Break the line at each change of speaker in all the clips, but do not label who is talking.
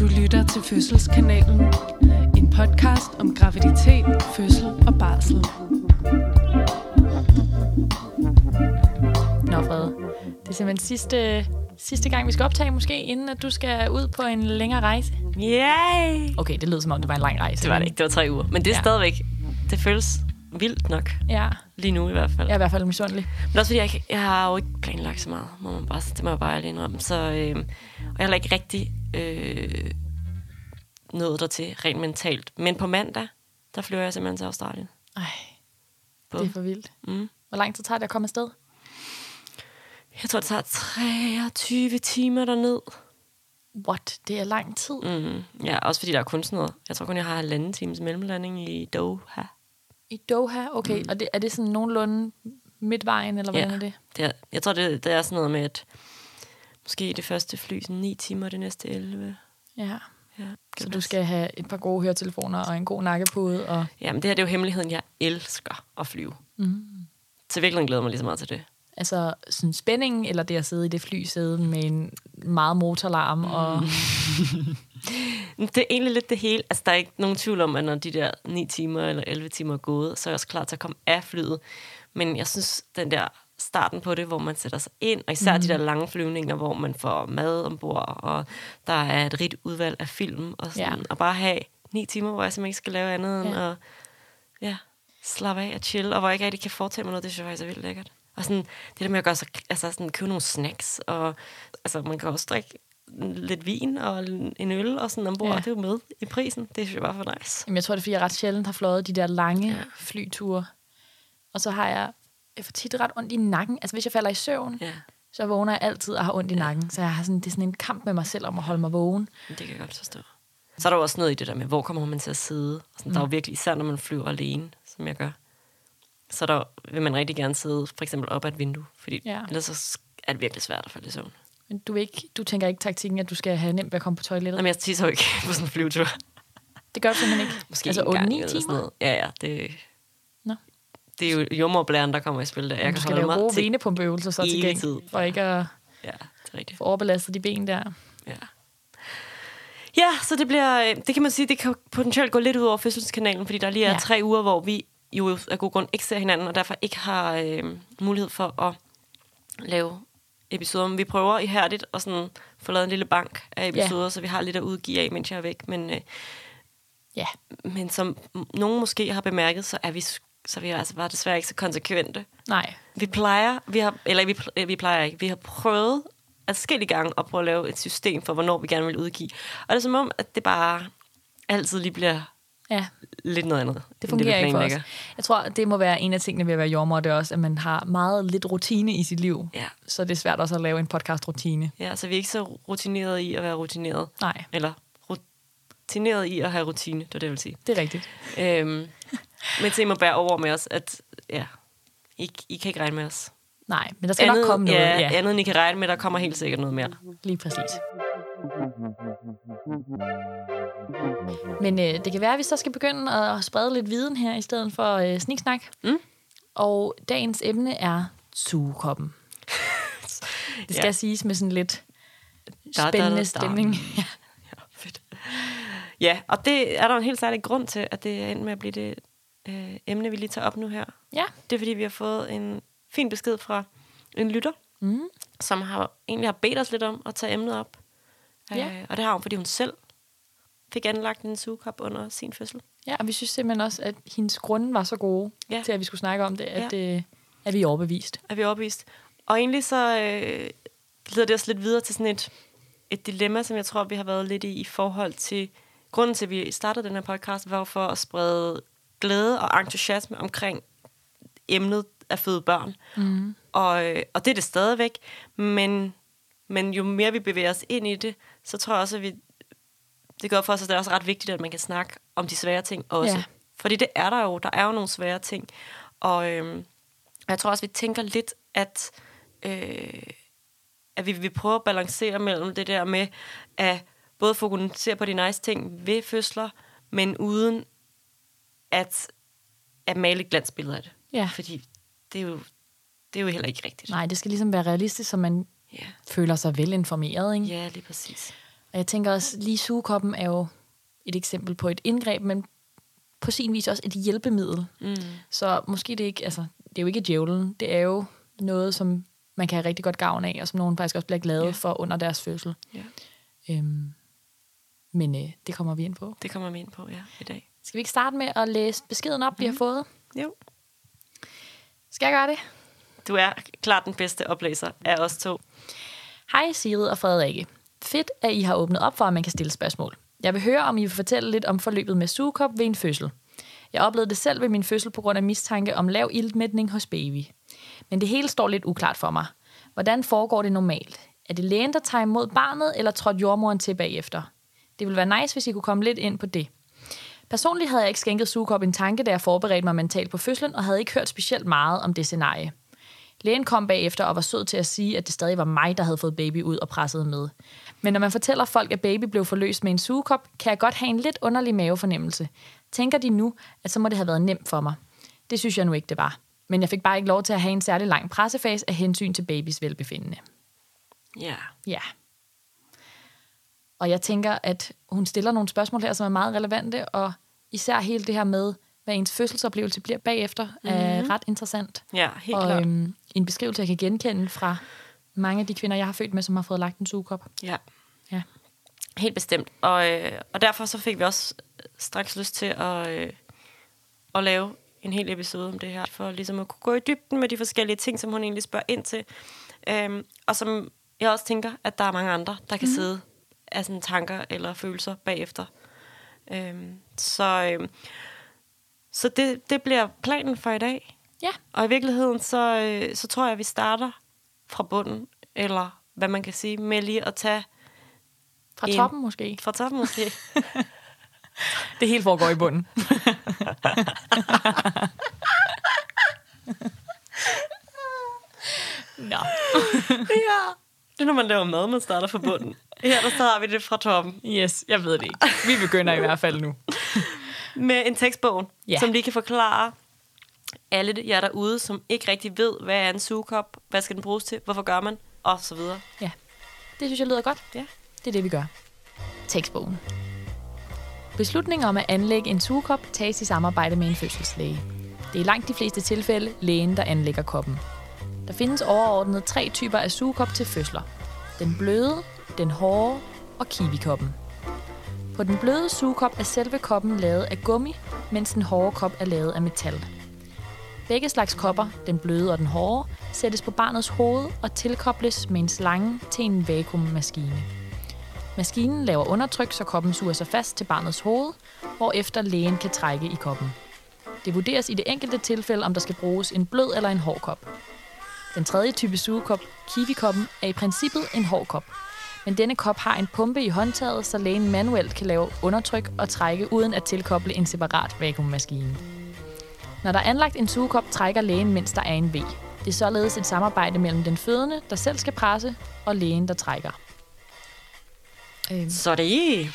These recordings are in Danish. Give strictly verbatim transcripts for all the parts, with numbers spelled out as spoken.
Du lytter til Fødselskanalen, en podcast om graviditet, fødsel og barsel.
Nå, Frede. Det er simpelthen sidste, sidste gang, vi skal optage måske, inden at du skal ud på en længere rejse.
Yay!
Okay, det lød som om, det var en lang rejse.
Det var det ikke, det var tre uger. Men det er
Ja.
stadigvæk, det føles vildt nok.
Ja,
Lige nu i hvert fald.
jeg er i hvert fald misundelig.
Men også fordi, jeg, ikke, jeg har jo ikke planlagt så meget, må man bare, det må jeg bare ærlig indrømme. Så, øh, og jeg har heller ikke rigtig øh, nået dertil, rent mentalt. Men på mandag, der flyver jeg simpelthen til Australien.
Ej,
Bum.
det er for vildt.
Mm.
Hvor lang tid tager det at komme afsted?
Jeg tror, det tager treogtyve timer derned.
What? Det er lang tid.
Mm. Ja, også fordi der er kun sådan noget. Jeg tror kun, jeg har halvanden times mellemlanding i Doha.
I Doha? Okay, mm. og det, er det sådan nogenlunde midtvejen, eller hvordan
Ja.
er det?
Det er, jeg tror, det, det er sådan noget med, at måske det første fly sådan ni timer, det næste elleve.
Ja.
Ja,
Så du skal have et par gode høretelefoner og en god nakkepude. Og...
Jamen, det her det er jo hemmeligheden. Jeg elsker at flyve.
Mm.
Så virkelig glæder jeg mig lige så meget til det.
Altså sådan spændingen, eller det at sidde i det flysæde med en meget motorlarm. Mm. Og...
Det er egentlig lidt det hele. Altså, der er ikke nogen tvivl om, at når de der ni timer eller elleve timer er gået, så er jeg også klar til at komme af flyet. Men jeg synes, den der starten på det, hvor man sætter sig ind, og især mm. de der lange flyvninger, hvor man får mad ombord, og der er et rigt udvalg af film, og, sådan,
Ja.
og bare have ni timer, hvor jeg simpelthen ikke skal lave andet end
Ja.
at ja, slappe af og chill, og hvor jeg ikke rigtig kan foretage mig noget, det synes jeg faktisk er vildt lækkert. Og sådan, det der med at gøre så, altså sådan, købe nogle snacks, og altså, man kan også drikke lidt vin og en øl og sådan ombord,
Ja.
ja. Det er jo med i prisen. Det synes jeg bare for nice.
Jamen, jeg tror, det er, fordi jeg ret sjældent har fløjet de der lange
Ja.
ja. flyture. Og så har jeg, jeg får tit ret ondt i nakken. Altså, hvis jeg falder i søvn,
Ja,
så vågner jeg altid og har ondt i nakken. Så jeg har sådan, det er sådan en kamp med mig selv om at holde mig vågen.
det kan jeg godt forstå. Så er der jo også noget i det der med, hvor kommer man til at sidde? Og sådan, mm. Der er jo virkelig, især når man flyver alene, som jeg gør, så der vil man rigtig gerne sidde for eksempel op ad et vindue, fordi
Ja.
ellers så er det virkelig svært at falde i søvn.
Men du, vil ikke, du tænker ikke taktikken, at du skal have nemt ved at komme på toilettet?
Jamen, jeg tisser jo ikke på sådan en flyvetur.
Det gør du simpelthen ikke?
Måske
altså
en
otte
gang
ni
eller sådan
timer?
noget. Ja, ja, det,
Nå.
det er jo jordmorblæren, der kommer i spil der. Jeg
Jamen,
kan
du skal
holde
lave
mig
gode
til
venepumpeøvelser så til
evig
gæng,
tid.
for ikke at
Ja, det er rigtigt.
få overbelastet de ben der.
Ja. Ja, så det bliver, det kan man sige, det kan potentielt gå lidt ud over fødselskanalen, fordi der lige er
Ja.
ja. tre uger, hvor vi jo af god grund ikke ser hinanden, og derfor ikke har øh, mulighed for at lave episoder. Men vi prøver ihærdigt at sådan få lavet en lille bank af episoder, ja. så vi har lidt at udgive af, mens jeg er væk. Men, øh,
Ja.
men som nogen måske har bemærket, så er vi, så er vi altså bare desværre ikke så konsekvente.
Nej.
Vi plejer, vi har, eller vi, pl- vi plejer ikke, vi har prøvet adskillige gange at prøve at lave et system for, hvornår vi gerne vil udgive. Og det er som om, at det bare altid lige bliver
Ja,
lidt noget andet.
det fungerer
end
ikke for os.
planlægger.
Jeg tror, det må være en af tingene ved at være jordemoder, det er også, at man har meget lidt rutine i sit liv.
Ja.
Så det er svært også at lave en podcast-rutine.
Ja, så vi er ikke så rutineret i at være rutineret.
Nej,
Eller rutineret i at have rutine, det var det, jeg vil sige.
det er rigtigt.
Øhm, men så I må bære over med os, at ja, I, I kan ikke regne med os.
Nej, men der skal andet, nok komme noget.
Ja,
Ja,
andet end I kan regne med, der kommer helt sikkert noget mere.
lige præcis. Men øh, det kan være, at vi så skal begynde at sprede lidt viden her, i stedet for øh, sniksnak.
Mm.
Og dagens emne er sugekoppen. Det skal
Ja.
siges med sådan lidt
Da, da,
spændende
da, da.
stemning. Ja.
Ja, fedt. Ja, og det er der en helt særlig grund til, at det er endt med at blive det øh, emne, vi lige tager op nu her.
Ja.
Det er, fordi vi har fået en fin besked fra en lytter,
Mm.
som har, egentlig har bedt os lidt om at tage emnet op.
Ja.
Øh, og det har hun, fordi hun selv fik anlagt en sugekop under sin fødsel.
Ja, og vi synes simpelthen også, at hendes grunde var så gode
Ja.
til, at vi skulle snakke om det, at, ja. øh, at vi er overbevist.
Er vi overbevist. Og egentlig så øh, leder det os lidt videre til sådan et, et dilemma, som jeg tror, vi har været lidt i i forhold til... Grunden til, at vi startede den her podcast, var for at sprede glæde og entusiasme omkring emnet at føde børn.
Mm.
Og, øh, og det er det stadigvæk. Men, men jo mere vi bevæger os ind i det, så tror jeg også, at vi... Det gør for os, at det er også ret vigtigt, at man kan snakke om de svære ting også.
Ja.
Fordi det er der jo. Der er jo nogle svære ting. Og øh, jeg tror også, vi tænker lidt, at, øh, at vi vil prøve at balancere mellem det der med at både fokusere på de nice ting ved fødsler, men uden at, at male et glansbillede af det.
Ja.
Fordi det er jo, det er jo heller ikke rigtigt.
Nej, det skal ligesom være realistisk, så man
Ja.
føler sig velinformeret, ikke?
Ja, lige præcis.
Og jeg tænker også, lige sugekoppen er jo et eksempel på et indgreb, men på sin vis også et hjælpemiddel. Mm. Så måske det ikke, altså, det er jo ikke djævlen, det er jo noget, som man kan have rigtig godt gavn af, og som nogen faktisk også bliver glade yeah. for under deres fødsel. Yeah. Øhm, men øh, det kommer vi ind på.
Det kommer vi ind på, ja, i dag.
Skal vi ikke starte med at læse beskeden op, mm. vi har fået?
Jo.
Skal jeg gøre det?
Du er klart den bedste oplæser af os to.
Hej Sigrid og Frederikke. Fedt, at I har åbnet op for, at man kan stille spørgsmål. Jeg vil høre, om I vil fortælle lidt om forløbet med sugekop ved en fødsel. Jeg oplevede det selv ved min fødsel på grund af mistanke om lav iltmætning hos baby. Men det hele står lidt uklart for mig. Hvordan foregår det normalt? Er det lægen, der tager imod barnet, eller trådte jordmoren til bagefter? Det ville være nice, hvis I kunne komme lidt ind på det. Personligt havde jeg ikke skænket sugekop en tanke, da jeg forberedte mig mentalt på fødslen, og havde ikke hørt specielt meget om det scenarie. Lægen kom bagefter og var sød til at sige, at det stadig var mig, der havde fået baby ud og presset med. Men når man fortæller folk, at baby blev forløst med en sugekop, kan jeg godt have en lidt underlig mavefornemmelse. Tænker de nu, at så må det have været nemt for mig? Det synes jeg nu ikke, det var. Men jeg fik bare ikke lov til at have en særlig lang pressefase af hensyn til babys velbefindende.
Ja. Yeah.
Ja. Og jeg tænker, at hun stiller nogle spørgsmål her, som er meget relevante, og især hele det her med, hvad ens fødselsoplevelse bliver bagefter, mm-hmm. er ret interessant.
Ja, helt
og,
klart.
Øhm, en beskrivelse, jeg kan genkende fra mange af de kvinder, jeg har født med, som har fået lagt en sugekop.
Ja.
Ja.
Helt bestemt. Og, øh, og derfor så fik vi også straks lyst til at, øh, at lave en hel episode om det her, for ligesom at kunne gå i dybden med de forskellige ting, som hun egentlig spørger ind til. Øhm, og som jeg også tænker, at der er mange andre, der kan mm. sidde af sådan tanker eller følelser bagefter. Øhm, så øhm, så det, det bliver planen for i dag.
Ja.
Og i virkeligheden, så, øh, så tror jeg, at vi starter fra bunden, eller hvad man kan sige, med lige at tage...
Fra
en,
toppen måske.
Fra toppen måske.
Det hele foregår i bunden. Nå.
Ja. Det er, når man laver mad, man starter fra bunden. Her der starter vi det fra toppen.
Yes, jeg ved det ikke. Vi begynder i hvert fald nu.
Med en tekstbog,
ja.
som lige kan forklare alle jer derude, som ikke rigtig ved, hvad er en sugekop, hvad skal den bruges til, hvorfor gør man, og så videre.
Ja, det synes jeg lyder godt.
Ja.
Det er det, vi gør. Tekstbogen. Beslutningen om at anlægge en sugekop tages i samarbejde med en fødselslæge. Det er i langt de fleste tilfælde lægen, der anlægger koppen. Der findes overordnet tre typer af sugekop til fødsler. Den bløde, den hårde og kiwikoppen. På den bløde sugekop er selve koppen lavet af gummi, mens den hårde kop er lavet af metal. Begge slags kopper, den bløde og den hårde, sættes på barnets hoved og tilkobles med en slange til en vakuummaskine. Maskinen laver undertryk, så koppen suger sig fast til barnets hoved, hvorefter lægen kan trække i koppen. Det vurderes i det enkelte tilfælde, om der skal bruges en blød eller en hård kop. Den tredje type sugekop, kiwikoppen, er i princippet en hård kop. Men denne kop har en pumpe i håndtaget, så lægen manuelt kan lave undertryk og trække uden at tilkoble en separat vakuummaskine. Når der er anlagt en sugekop, trækker lægen, mens der er en V. Det er således et samarbejde mellem den fødende, der selv skal presse, og lægen, der trækker.
Øhm. Så det er...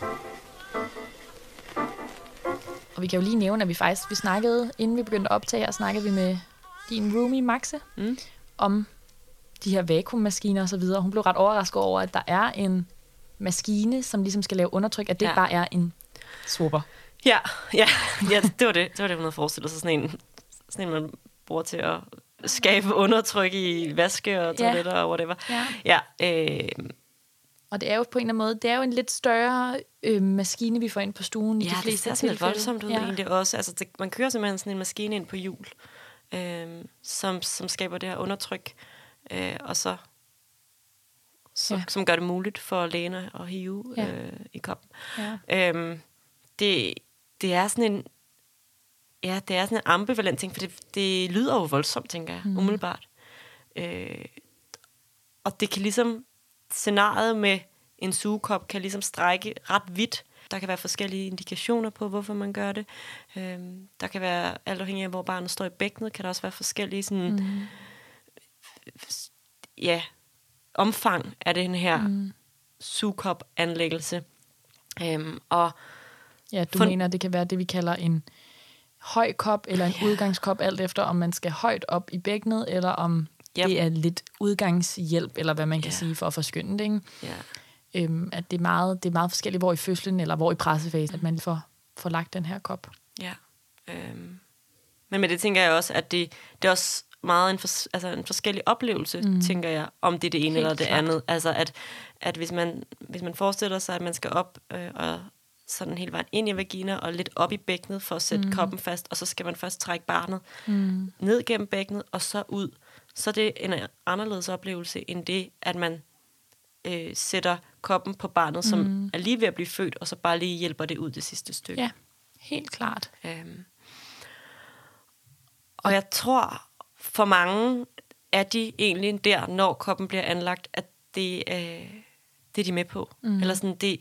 Og vi kan jo lige nævne, at vi faktisk vi snakkede, inden vi begyndte at optage her, snakkede vi med din roomie, Maxe, mm. om de her vakuummaskiner og så videre. Hun blev ret overrasket over, at der er en maskine, som ligesom skal lave undertryk, at det ja. bare er en swapper.
Ja, ja, ja, det var det. Det var det, hun havde forestillet sig. Sådan en, sådan en man bruger til at skabe undertryk i vaske og toiletter ja. og whatever. Ja. ja øh.
Og det er jo på en eller anden måde, det er jo en lidt større øh, maskine, vi får ind på stuen i
ja,
de fleste tilfælde. Ja, det ser lidt
voldsomt ud ja. egentlig også. Altså, det, man kører simpelthen sådan en maskine ind på hjul, øh, som, som skaber det her undertryk, øh, og så, så ja. som gør det muligt for lægen at hive ja. øh, i koppen. Ja. Øh, det, det er sådan en ja, det er sådan en ambivalent ting, for det, det lyder jo voldsomt, tænker jeg, mm. umiddelbart. Øh, og det kan ligesom, scenariet med en sugekop kan ligesom strække ret vidt. Der kan være forskellige indikationer på, hvorfor man gør det. Øh, der kan være, alt afhængig af, hvor barnet står i bækkenet, kan der også være forskellige sådan, mm. ja, omfang af den her mm. sugekop-anlæggelse. Øh, og
Ja, du
For,
mener, det kan være det, vi kalder en høj kop, eller en ja. udgangskop, alt efter, om man skal højt op i bækkenet, eller om yep. det er lidt udgangshjælp, eller hvad man kan ja. sige, for at forskynde det, ikke? Øhm, at det er, meget, det er meget forskelligt, hvor i fødslen eller hvor i pressefasen, at man får, får lagt den her kop.
Ja. Øhm. Men med det tænker jeg også, at det, det er også meget en, fors- altså en forskellig oplevelse, mm. tænker jeg, om det er det ene Helt eller det klart. andet. Altså at, at hvis, man, hvis man forestiller sig, at man skal op øh, og sådan hele vejen ind i vagina og lidt op i bækkenet for at sætte mm. koppen fast, og så skal man først trække barnet mm. ned gennem bækkenet og så ud. Så det er en anderledes oplevelse end det, at man øh, sætter koppen på barnet, som mm. er lige ved at blive født, og så bare lige hjælper det ud det sidste stykke.
Ja, helt klart.
Øhm. Og jeg tror, for mange er de egentlig der, når koppen bliver anlagt, at det, øh, det er de med på. Mm. Eller sådan, det,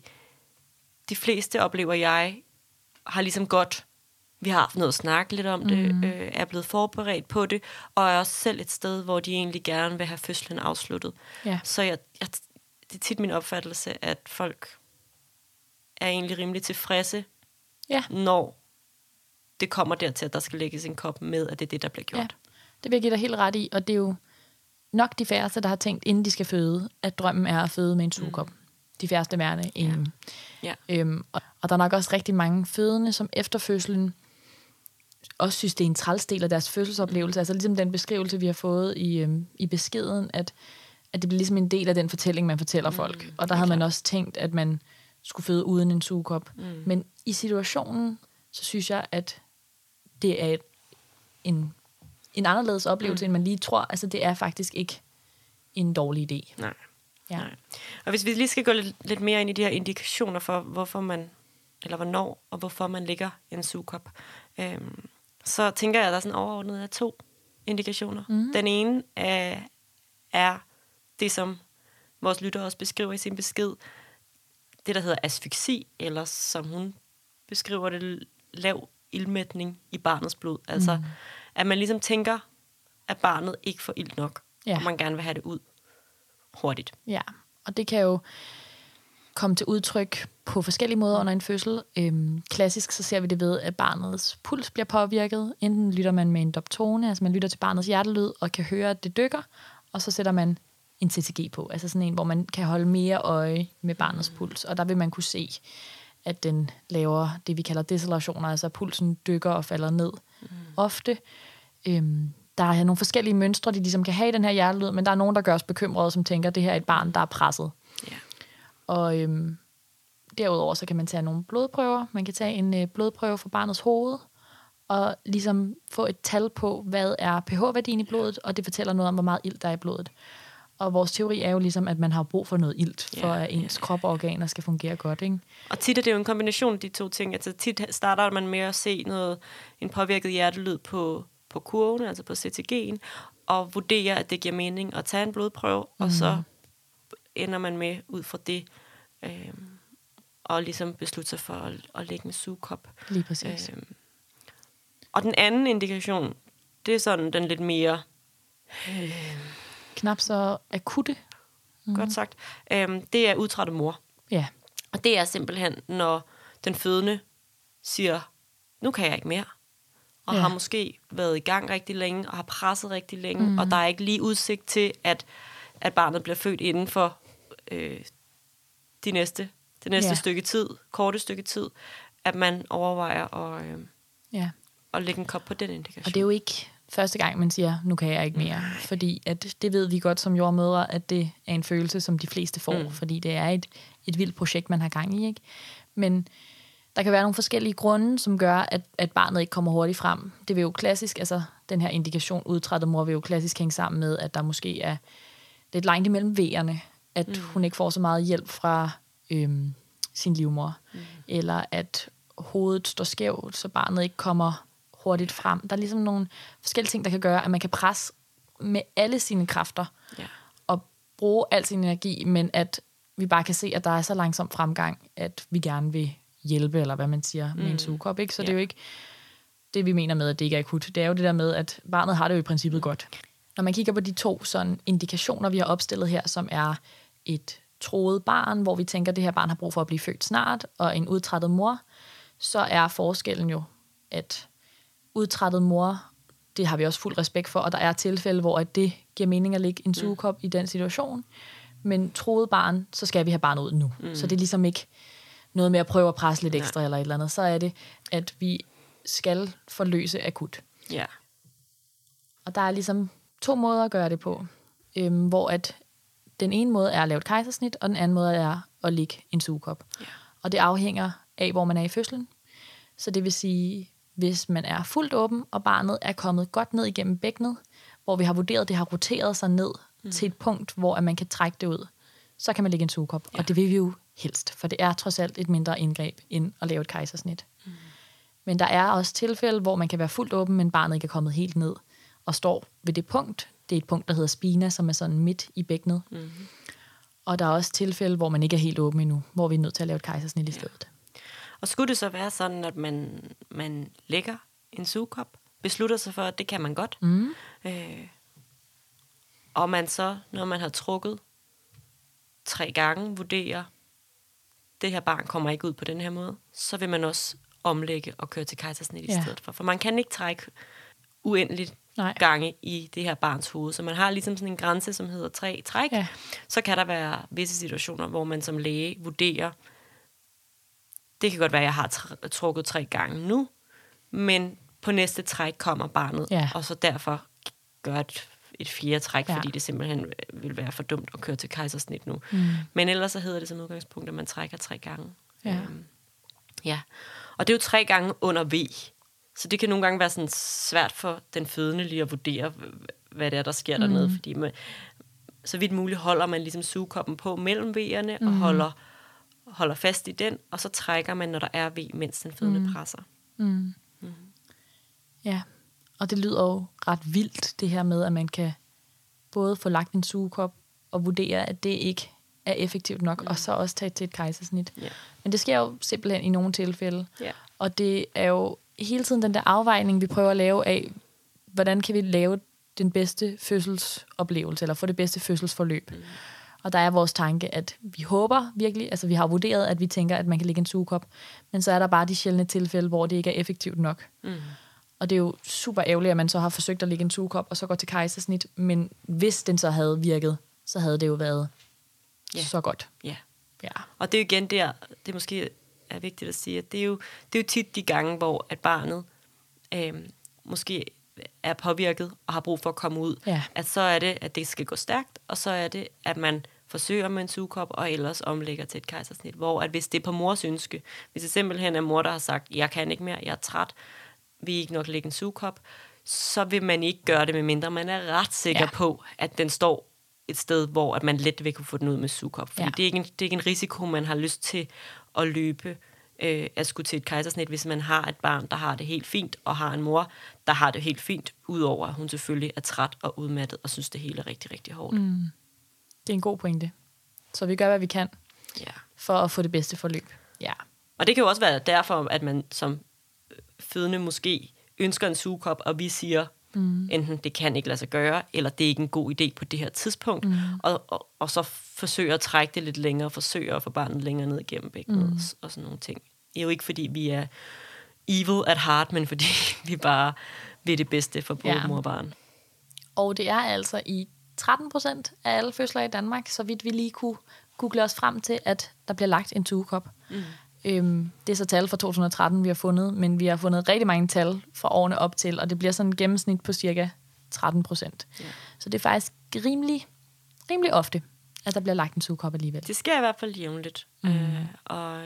de fleste oplever jeg, har ligesom godt, vi har haft noget at snakke lidt om mm. det, øh, er blevet forberedt på det, og er også selv et sted, hvor de egentlig gerne vil have fødslen afsluttet. Ja. Så jeg, jeg, det er tit min opfattelse, at folk er egentlig rimelig tilfredse, ja. når det kommer dertil, at der skal lægges en kop med, at det er det, der bliver gjort. Ja,
det vil jeg give dig helt ret i, og det er jo nok de færreste, der har tænkt, inden de skal føde, at drømmen er at føde med en sugekop. Mm. De færreste værende inden. Ja. Ja. Øhm, og, og der er nok også rigtig mange fødende, som efter fødslen også synes, det er en træls del af deres fødselsoplevelse. Altså ligesom den beskrivelse, vi har fået i, øhm, i beskeden, at, at det bliver ligesom en del af den fortælling, man fortæller mm, folk. Og der havde man også tænkt, at man skulle føde uden en sugekop. Mm. Men i situationen, så synes jeg, at det er en, en anderledes oplevelse, mm. end man lige tror. Altså, det er faktisk ikke en dårlig idé.
Nej. Ja. Nej. Og hvis vi lige skal gå lidt, lidt mere ind i de her indikationer for, hvorfor man, eller hvornår, og hvorfor man lægger en sugekop, øhm, så tænker jeg, at der er sådan overordnet af to indikationer. Mm. Den ene er, er det, som vores lytter også beskriver i sin besked, det, der hedder asfyksi, eller som hun beskriver det, lav ildmætning i barnets blod. Altså, mm. at man ligesom tænker, at barnet ikke får ild nok, ja. og man gerne vil have det ud hurtigt.
Ja, og det kan jo komme til udtryk på forskellige måder under en fødsel. Øhm, klassisk så ser vi det ved, at barnets puls bliver påvirket. Enten lytter man med en doptone, altså man lytter til barnets hjertelyd og kan høre, at det dykker, og så sætter man en C T G på, altså sådan en, hvor man kan holde mere øje med barnets mm. puls, og der vil man kunne se, at den laver det, vi kalder decelerationer, altså pulsen dykker og falder ned mm. ofte. Øhm, der er nogle forskellige mønstre, de ligesom kan have i den her hjertelyd, men der er nogen, der gør os bekymrede, som tænker, at det her er et barn, der er presset. Yeah. Og øhm, derudover så kan man tage nogle blodprøver. Man kan tage en øh, blodprøve for barnets hoved, og ligesom få et tal på, hvad er pH-værdien i blodet, og det fortæller noget om, hvor meget ilt der er i blodet. Og vores teori er jo ligesom, at man har brug for noget ilt, for yeah, at ens yeah. krop og organer skal fungere godt, ikke?
Og tit er det jo en kombination af de to ting. Altså tit starter man med at se noget, en påvirket hjertelyd på, på kurven, altså på C T G'en, og vurdere, at det giver mening at tage en blodprøve, mm. og så ender man med ud fra det, øh, og ligesom beslutte sig for at, at lægge en sugekop.
Lige præcis. Øh,
og den anden indikation, det er sådan den lidt mere...
Øh, knap så akutte.
Mm. Godt sagt. Øhm, det er udtrættet mor.
Ja.
Og det er simpelthen, når den fødende siger, nu kan jeg ikke mere. Og ja. har måske været i gang rigtig længe, og har presset rigtig længe, mm. og der er ikke lige udsigt til, at, at barnet bliver født inden for øh, de næste, det næste ja. stykke tid, korte stykke tid, at man overvejer at, øh, ja. at lægge en kop på den indikation.
Og det er jo ikke første gang, man siger, nu kan jeg ikke mere. Mm. Fordi at det ved vi godt som jordmødre, at det er en følelse, som de fleste får. Mm. Fordi det er et, et vildt projekt, man har gang i. Ikke? Men der kan være nogle forskellige grunde, som gør, at, at barnet ikke kommer hurtigt frem. Det vil jo klassisk, altså den her indikation, udtrættet mor, vil jo klassisk hænge sammen med, at der måske er lidt langt imellem vejerne. At mm. hun ikke får så meget hjælp fra øhm, sin livmor. Mm. Eller at hovedet står skævt, så barnet ikke kommer hurtigt frem. Der er ligesom nogle forskellige ting, der kan gøre, at man kan presse med alle sine kræfter ja. og bruge al sin energi, men at vi bare kan se, at der er så langsom fremgang, at vi gerne vil hjælpe, eller hvad man siger, mm. med en sugekop. Ikke? Så ja. det er jo ikke det, vi mener med, at det ikke er akut. Det er jo det der med, at barnet har det jo i princippet godt. Når man kigger på de to sådan indikationer, vi har opstillet her, som er et troet barn, hvor vi tænker, at det her barn har brug for at blive født snart, og en udtrættet mor, så er forskellen jo, at udtrættet mor, det har vi også fuld respekt for, og der er tilfælde, hvor at det giver mening at lægge en sugekop mm. i den situation. men troet barn, så skal vi have barnet ud nu. Mm. Så det er ligesom ikke noget med at prøve at presse lidt ekstra, ja. eller et eller andet. Så er det, at vi skal forløse akut.
Ja.
Og der er ligesom to måder at gøre det på, øhm, hvor at den ene måde er at lave et kejsersnit, og den anden måde er at lægge en sugekop. Ja. Og det afhænger af, hvor man er i fødslen. Så det vil sige, hvis man er fuldt åben, og barnet er kommet godt ned igennem bækkenet, hvor vi har vurderet, at det har roteret sig ned mm. til et punkt, hvor at man kan trække det ud, så kan man lægge en sugekop. Ja. Og det vil vi jo helst, for det er trods alt et mindre indgreb, end at lave et kejsersnit. Mm. Men der er også tilfælde, hvor man kan være fuldt åben, men barnet ikke er kommet helt ned, og står ved det punkt. Det er et punkt, der hedder spina, som er sådan midt i bækkenet. Mm. Og der er også tilfælde, hvor man ikke er helt åben endnu, hvor vi er nødt til at lave et kejsersnit i stedet.
Ja. Og skulle det så være sådan, at man, man lægger en sugekop, beslutter sig for, at det kan man godt, mm. øh, og man så, når man har trukket tre gange, vurderer, det her barn kommer ikke ud på den her måde, så vil man også omlægge og køre til kejsersnit ja. i stedet for. For man kan ikke trække uendeligt Nej. gange i det her barns hoved. Så man har ligesom sådan en grænse, som hedder tre træk. Ja. Så kan der være visse situationer, hvor man som læge vurderer, det kan godt være, at jeg har tr- trukket tre gange nu, men på næste træk kommer barnet, ja. og så derfor gør et, et fjerde træk, ja. fordi det simpelthen vil være for dumt at køre til kejsersnit nu. Mm. Men ellers så hedder det som udgangspunkt, at man trækker tre gange. Ja. Øhm, ja. Og det er jo tre gange under V. Så det kan nogle gange være sådan svært for den fødende lige at vurdere, hvad det er, der sker mm. dernede. Fordi man, så vidt muligt holder man ligesom sugekoppen på mellem V'erne mm. og holder, holder fast i den, og så trækker man, når der er V, mens den fødende mm. presser. Mm. Mm.
Ja, og det lyder jo ret vildt, det her med, at man kan både få lagt en sugekop og vurdere, at det ikke er effektivt nok, mm. og så også tage til et kejsersnit. Yeah. Men det sker jo simpelthen i nogle tilfælde. Yeah. Og det er jo hele tiden den der afvejning, vi prøver at lave af, hvordan kan vi lave den bedste fødselsoplevelse, eller få det bedste fødselsforløb. Mm. Og der er vores tanke, at vi håber virkelig, altså vi har vurderet, at vi tænker, at man kan lægge en sugekop, men så er der bare de sjældne tilfælde, hvor det ikke er effektivt nok. Mm. Og det er jo super ærgerligt, at man så har forsøgt at lægge en sugekop, og så går til kejsersnit, men hvis den så havde virket, så havde det jo været yeah. så godt.
Yeah. Ja. Og det er jo igen der, det er måske er vigtigt at sige, at det er jo, det er jo tit de gange, hvor at barnet øh, måske er påvirket og har brug for at komme ud, ja. at så er det, at det skal gå stærkt, og så er det, at man forsøger med en sugekop, og ellers omlægger til et kejsersnit. Hvor at hvis det er på mors ønske, hvis det simpelthen er mor, der har sagt, jeg kan ikke mere, jeg er træt, vi ikke nok lægge en sugekop, så vil man ikke gøre det, medmindre man er ret sikker ja. på, at den står et sted, hvor at man let vil kunne få den ud med sugekop. Fordi ja. det, er ikke en, det er ikke en risiko, man har lyst til at løbe, øh, at skulle til et kejsersnit, hvis man har et barn, der har det helt fint, og har en mor, der har det helt fint, udover at hun selvfølgelig er træt og udmattet, og synes, det hele er rigtig, rigtig hårdt. Mm.
Det er en god pointe. Så vi gør, hvad vi kan,
ja.
for at få det bedste forløb. Ja.
Og det kan jo også være derfor, at man som fødende måske ønsker en sugekop, og vi siger, mm. enten det kan ikke lade sig gøre, eller det er ikke en god idé på det her tidspunkt, mm. og, og, og så forsøger at trække det lidt længere, forsøger at få barnet længere ned igennem bækkenet, mm. og, og sådan nogle ting. Det er jo ikke, fordi vi er evil at heart, men fordi vi bare vil det bedste for både ja. mor og barn. Og
det er altså i tretten procent af alle fødsler i Danmark, så vidt vi lige kunne google os frem til, at der bliver lagt en sugekop. Mm. Øhm, det er så tal fra to tusind og tretten, vi har fundet, men vi har fundet rigtig mange tal fra årene op til, og det bliver sådan et gennemsnit på cirka tretten procent. Ja. Så det er faktisk rimelig, rimelig ofte, at der bliver lagt en sugekop alligevel.
Det sker i hvert fald jævnligt. Mm. Øh, og,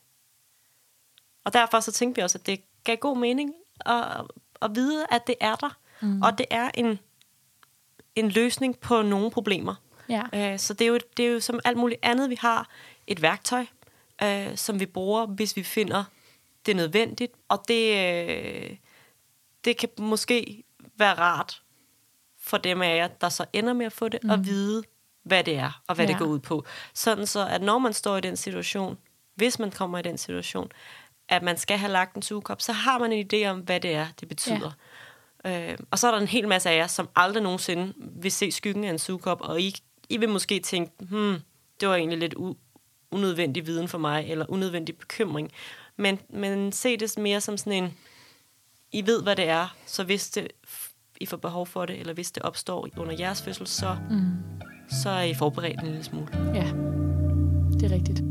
og derfor så tænkte vi også, at det gav god mening at, at vide, at det er der, mm. og det er en, en løsning på nogle problemer. Ja. Øh, så det er, jo, det er jo som alt muligt andet, vi har et værktøj, Øh, som vi bruger, hvis vi finder det er nødvendigt. Og det, øh, det kan måske være rart for dem af jer, der så ender med at få det, mm. at vide, hvad det er, og hvad ja. det går ud på. Sådan så, at når man står i den situation, hvis man kommer i den situation, at man skal have lagt en sugekop, så har man en idé om, hvad det er, det betyder. Ja. Øh, og så er der en hel masse af jer, som aldrig nogensinde vil se skyggen af en sugekop, og I, I vil måske tænke, hmm, det var egentlig lidt u- unødvendig viden for mig, eller unødvendig bekymring. Men, men se det mere som sådan en, I ved, hvad det er, så hvis det, I får behov for det, eller hvis det opstår under jeres fødsel, så, mm. så er I forberedt en lille smule.
Ja, det er rigtigt.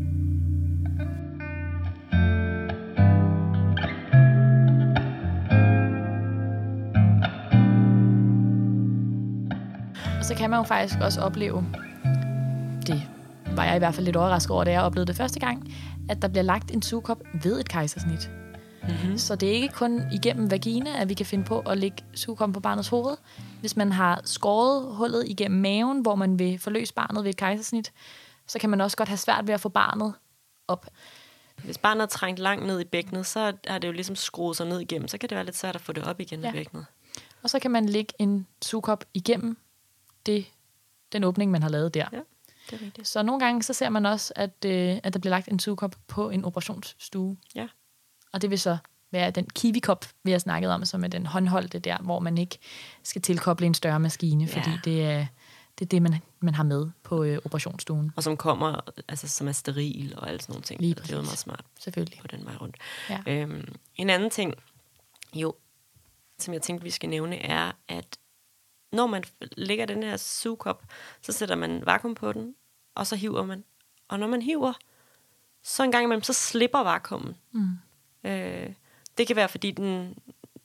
Og så kan man jo faktisk også opleve, det var jeg i hvert fald lidt overrasket over, da jeg oplevede det første gang, at der bliver lagt en sugekop ved et kejsersnit. Mm-hmm. Så det er ikke kun igennem vagina, at vi kan finde på at lægge sugekoppen på barnets hoved. Hvis man har skåret hullet igennem maven, hvor man vil forløse barnet ved et kejsersnit, så kan man også godt have svært ved at få barnet op.
Hvis barnet er trængt langt ned i bækkenet, så er det jo ligesom skruet sig ned igennem. Så kan det være lidt svært at få det op igen ja. i bækkenet.
Og så kan man lægge en sugekop igennem det, den åbning, man har lavet der.
Ja, det er rigtigt.
Så nogle gange så ser man også, at, øh, at der bliver lagt en sugekop på en operationsstue.
Ja. Og
det vil så være den kiwi-kop, vi har snakket om, som er den håndholdte der, hvor man ikke skal tilkoble en større maskine, fordi ja. det er det, er det man, man har med på øh, operationsstuen.
Og som kommer, altså som er steril og alt sådan nogle ting.
Lige
det er jo meget smart.
Selvfølgelig.
På den vej rundt.
Ja.
Øhm, en anden ting, jo, som jeg tænkte, vi skal nævne, er, at når man lægger den her sugekop, så sætter man vakuum på den, og så hiver man. Og når man hiver, så en gang imellem, så slipper vakuumen. Mm. Øh, det kan være, fordi den,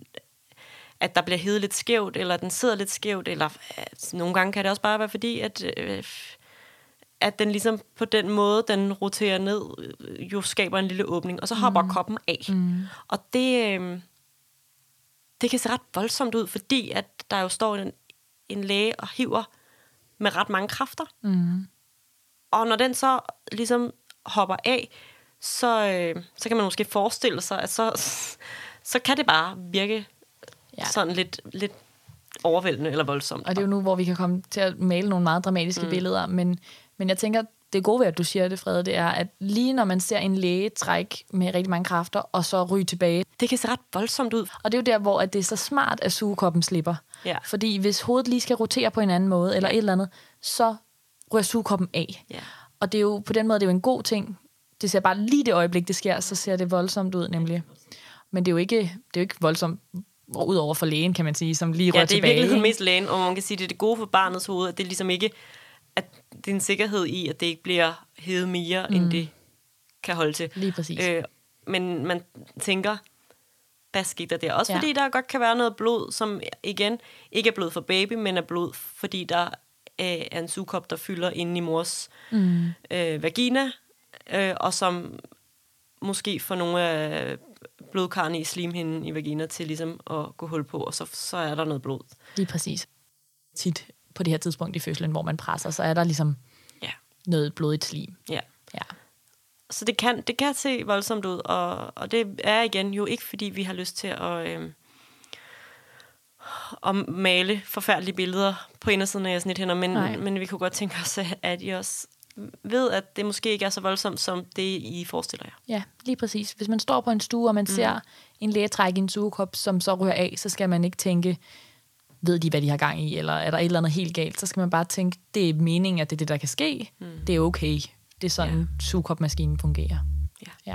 at der bliver hevet lidt skævt, eller den sidder lidt skævt, eller altså, nogle gange kan det også bare være, fordi at, øh, at den ligesom på den måde, den roterer ned, jo skaber en lille åbning, og så hopper mm. koppen af. Mm. Og det, øh, det kan se ret voldsomt ud, fordi at der jo står en, en læge og hiver med ret mange kræfter. Mm. Og når den så ligesom hopper af, så, øh, så kan man måske forestille sig, at så, så kan det bare virke ja. sådan lidt, lidt overvældende eller voldsomt.
Og det er jo nu, hvor vi kan komme til at male nogle meget dramatiske mm. billeder, men, men jeg tænker, det gode ved, at du siger det, Frede, det er, at lige når man ser en læge trække med rigtig mange kræfter, og så ryge tilbage.
Det kan se ret voldsomt ud.
Og det er jo der, hvor at det er så smart, at sugekoppen slipper. Ja. Fordi hvis hovedet lige skal rotere på en anden måde, eller ja. et eller andet, så ryger sugekoppen af. Ja. Og det er jo på den måde, det er jo en god ting. Det ser bare lige det øjeblik, det sker, så ser det voldsomt ud, nemlig. Men det er jo ikke, det er jo ikke voldsomt udover for lægen, kan man sige, som lige rører tilbage.
Ja, det er virkelig mest lægen, og man kan sige, det er det gode for barnets hoved, at det er ligesom ikke, at det er en sikkerhed i, at det ikke bliver hævet mere, mm. end det kan holde til.
Lige præcis. Øh,
men man tænker, hvad skete der der? Også ja. fordi der godt kan være noget blod, som igen ikke er blod for baby, men er blod, fordi der øh, er en sugekop, der fylder inde i mors mm. øh, vagina, øh, og som måske får nogle af blodkarne i slimhinden i vagina til ligesom at gå hul på, og så, så er der noget blod.
Lige præcis. Tit på det her tidspunkt i fødslen, hvor man presser, så er der ligesom ja. noget blodigt slim. Ja. ja.
Så det kan, det kan se voldsomt ud, og, og det er igen jo ikke, fordi vi har lyst til at, øh, at male forfærdelige billeder på indersiden af jeres snithænder, men, men vi kunne godt tænke os, at I også ved, at det måske ikke er så voldsomt, som det I forestiller jer.
Ja, lige præcis. Hvis man står på en stue, og man mm. ser en læge trække en sugekop, som så rører af, så skal man ikke tænke, ved de, hvad de har gang i, eller er der et eller andet helt galt, så skal man bare tænke, det er meningen, at det er det, der kan ske. Mm. Det er okay. Det er sådan, ja. sugekopmaskinen fungerer. Ja. ja.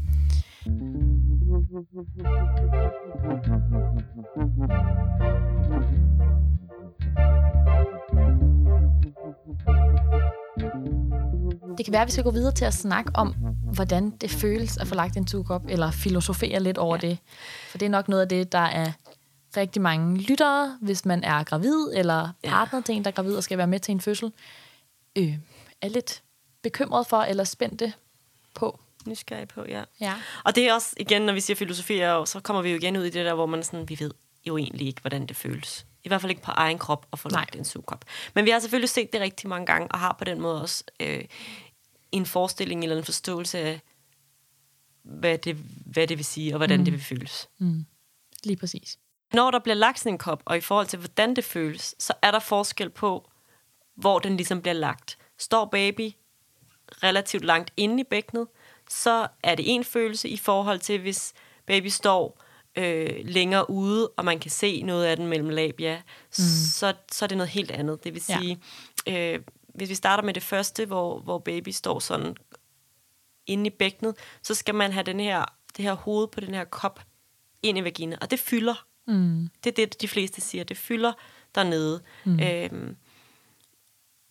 Det kan være, at vi skal gå videre til at snakke om, hvordan det føles at få lagt en sugekop, eller filosofere lidt over ja. det. For det er nok noget af det, der er rigtig mange lyttere, hvis man er gravid, eller partner ja. til en, der er gravid og skal være med til en fødsel, øh, er lidt bekymret for, eller spændte på.
Nysgerrig på, ja.
ja.
Og det er også, igen, når vi siger filosofere, så kommer vi jo igen ud i det der, hvor man sådan, vi ved jo egentlig ikke, hvordan det føles. I hvert fald ikke på egen krop at få lagt en sugekop. Men vi har selvfølgelig set det rigtig mange gange, og har på den måde også øh, en forestilling eller en forståelse af, hvad det, hvad det vil sige, og hvordan mm. det vil føles.
Mm. Lige præcis.
Når der bliver lagt sådan en kop, og i forhold til, hvordan det føles, så er der forskel på, hvor den ligesom bliver lagt. Står baby relativt langt inde i bækkenet, så er det en følelse i forhold til, hvis baby står øh, længere ude, og man kan se noget af den mellem labia, mm. så, så er det noget helt andet. Det vil sige, ja. øh, hvis vi starter med det første, hvor, hvor baby står sådan inde i bækkenet, så skal man have den her, det her hoved på den her kop ind i vagina, og det fylder. Mm. Det er det, de fleste siger. Det fylder dernede. Mm. Øhm,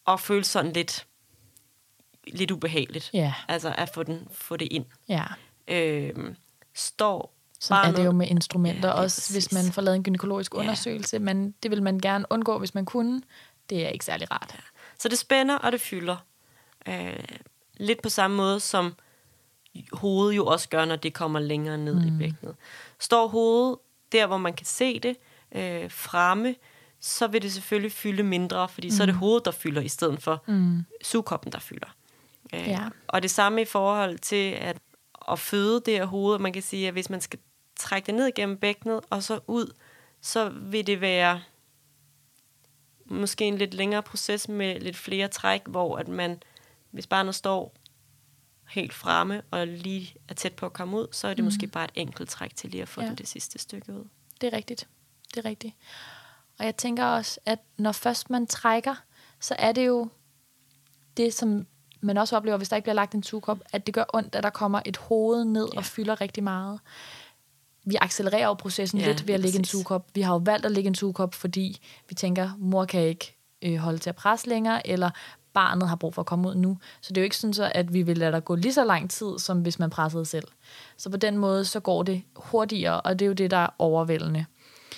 og føles sådan lidt, lidt ubehageligt.
Ja.
Altså at få, den, få det ind.
Ja.
Øh, står
Sådan
barnet,
er det jo med instrumenter,
Ja,
ja,
lige
også
præcis.
hvis man får lavet en gynækologisk
Ja.
undersøgelse, men det vil man gerne undgå, hvis man kunne. Det er ikke særlig rart.
Så det spænder, og det fylder. Øh, lidt på samme måde, som hovedet jo også gør, når det kommer længere ned mm. i bækkenet. Står hovedet der, hvor man kan se det øh, fremme, så vil det selvfølgelig fylde mindre, fordi mm. så er det hovedet, der fylder, i stedet for mm. sugkoppen, der fylder. Øh,
Ja.
Og det samme i forhold til at, at føde det her hoved. Man kan sige, at hvis man skal trække det ned gennem bækkenet, og så ud, så vil det være måske en lidt længere proces med lidt flere træk, hvor at man, hvis barnet står helt fremme og lige er tæt på at komme ud, så er det mm. måske bare et enkelt træk til lige at få
Ja.
den det sidste stykke ud.
Det er rigtigt. Det er rigtigt. Og jeg tænker også, at når først man trækker, så er det jo det, som man også oplever, hvis der ikke bliver lagt en sugekop, at det gør ondt, at der kommer et hoved ned ja. og fylder rigtig meget. Vi accelererer jo processen ja, lidt ved at lægge en sugekop. Vi har jo valgt at lægge en sugekop, fordi vi tænker, mor kan ikke øh, holde til at presse længere, eller barnet har brug for at komme ud nu. Så det er jo ikke sådan, så, at vi vil lade der gå lige så lang tid, som hvis man pressede selv. Så på den måde, så går det hurtigere, og det er jo det, der er overvældende.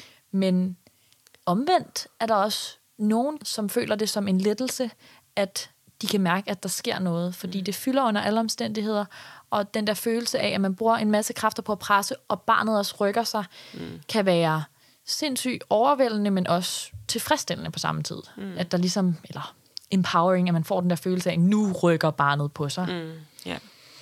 Men omvendt er der også nogen, som føler det som en lettelse, at de kan mærke, at der sker noget, fordi det fylder under alle omstændigheder, og den der følelse af, at man bruger en masse kræfter på at presse, og barnet også rykker sig, mm. kan være sindssygt overvældende, men også tilfredsstillende på samme tid. Mm. At der ligesom, eller empowering, at man får den der følelse af, nu rykker barnet på sig.
Mm, ja.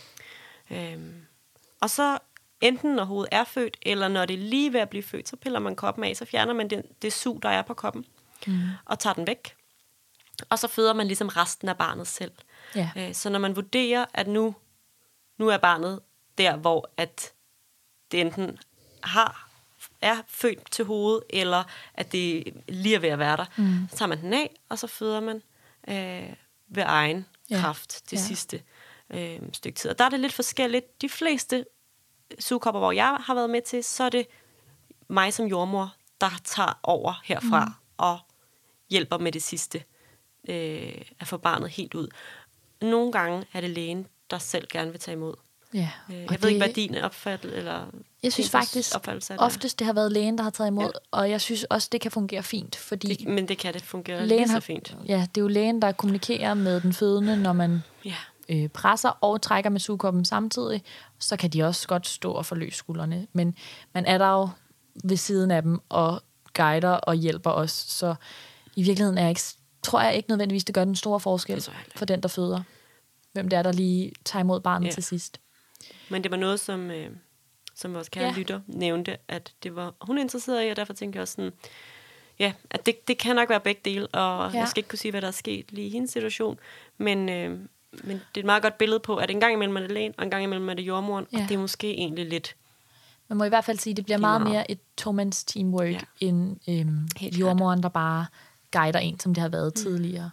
Øhm. Og så enten når hovedet er født, eller når det er lige ved at blive født, så piller man koppen af, så fjerner man det, det sug, der er på koppen, mm. og tager den væk. Og så føder man ligesom resten af barnet selv.
Ja.
Øh, så når man vurderer, at nu, nu er barnet der, hvor at det enten har, er født til hovedet, eller at det lige er ved at være der, mm. så tager man den af, og så føder man øh, ved egen
ja.
kraft det
ja.
sidste øh, stykke tid. Og der er det lidt forskelligt. De fleste sugekopper, hvor jeg har været med til, så er det mig som jordmor, der tager over herfra mm. og hjælper med det sidste. Øh, at få barnet helt ud. Nogle gange er det lægen, der selv gerne vil tage imod.
Ja,
øh, jeg
ved
det,
ikke,
hvad din opfattelse eller
jeg synes faktisk oftest det har været lægen, der har taget imod, ja. Og jeg synes også, det kan fungere fint. Fordi
det, men det kan det fungere lige så
har,
fint.
Ja, det er jo lægen, der kommunikerer med den fødende, når man ja. øh, presser og trækker med sugkoppen samtidig. Så kan de også godt stå og forløse skuldrene. Men man er der jo ved siden af dem og guider og hjælper os. Så i virkeligheden er jeg ikke tror jeg ikke nødvendigvis, det gør den store forskel for den, der føder. Hvem det er, der lige tager imod barnet ja. til sidst.
Men det var noget, som, øh, som vores kære ja. lytter nævnte, at det var hun interesseret i, og derfor tænkte jeg også sådan, ja, at det, det kan nok være begge dele, og ja. jeg skal ikke kunne sige, hvad der er sket lige i hendes situation, men, øh, men det er et meget godt billede på, at en gang imellem er det lægen, og en gang imellem er det jordmoren, ja. og det er måske egentlig lidt...
Man må i hvert fald sige, at det bliver meget mere et to-mands teamwork, ja. end øhm, jordmoren, der bare guider en, som det har været mm. tidligere.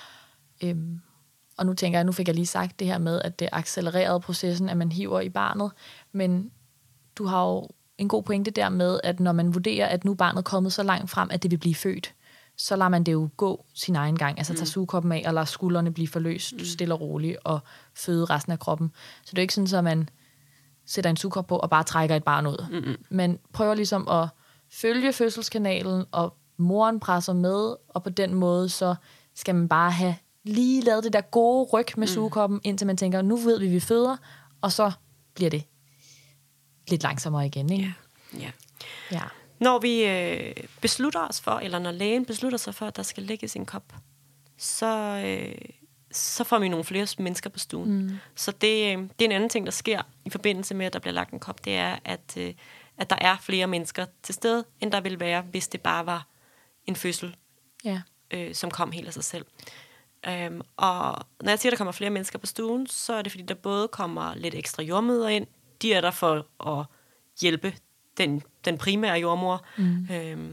Øhm, og nu tænker jeg, nu fik jeg lige sagt det her med, at det accelererede processen, at man hiver i barnet, men du har jo en god pointe der med, at når man vurderer, at nu er barnet kommet så langt frem, at det vil blive født, så lader man det jo gå sin egen gang, altså mm. tager sugkoppen af, og lader skuldrene blive forløst mm. stille og roligt, og føde resten af kroppen. Så det er ikke sådan, at man sætter en sugekop på, og bare trækker et barn ud. Mm-hmm. Man prøver ligesom at følge fødselskanalen, og moren presser med, og på den måde, så skal man bare have lige lavet det der gode ryg med mm. sugekoppen, indtil man tænker, nu ved vi, vi føder, og så bliver det lidt langsommere igen, ikke?
Ja. Ja.
Ja.
Når vi øh, beslutter os for, eller når lægen beslutter sig for, at der skal lægges en kop, så, øh, så får vi nogle flere mennesker på stuen. Mm. Så det, øh, det er en anden ting, der sker i forbindelse med, at der bliver lagt en kop, det er, at, øh, at der er flere mennesker til stede, end der ville være, hvis det bare var en fødsel, ja. øh, som kom helt af sig selv. Um, og når jeg siger, at der kommer flere mennesker på stuen, så er det, fordi der både kommer lidt ekstra jordmødre ind. De er der for at hjælpe den, den primære jordmor. Mm. Um,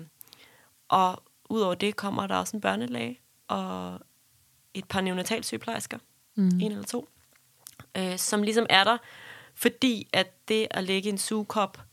og udover det kommer der også en børnelæge og et par neonatalsygeplejersker, mm. en eller to, uh, som ligesom er der, fordi at det at lægge en sugekop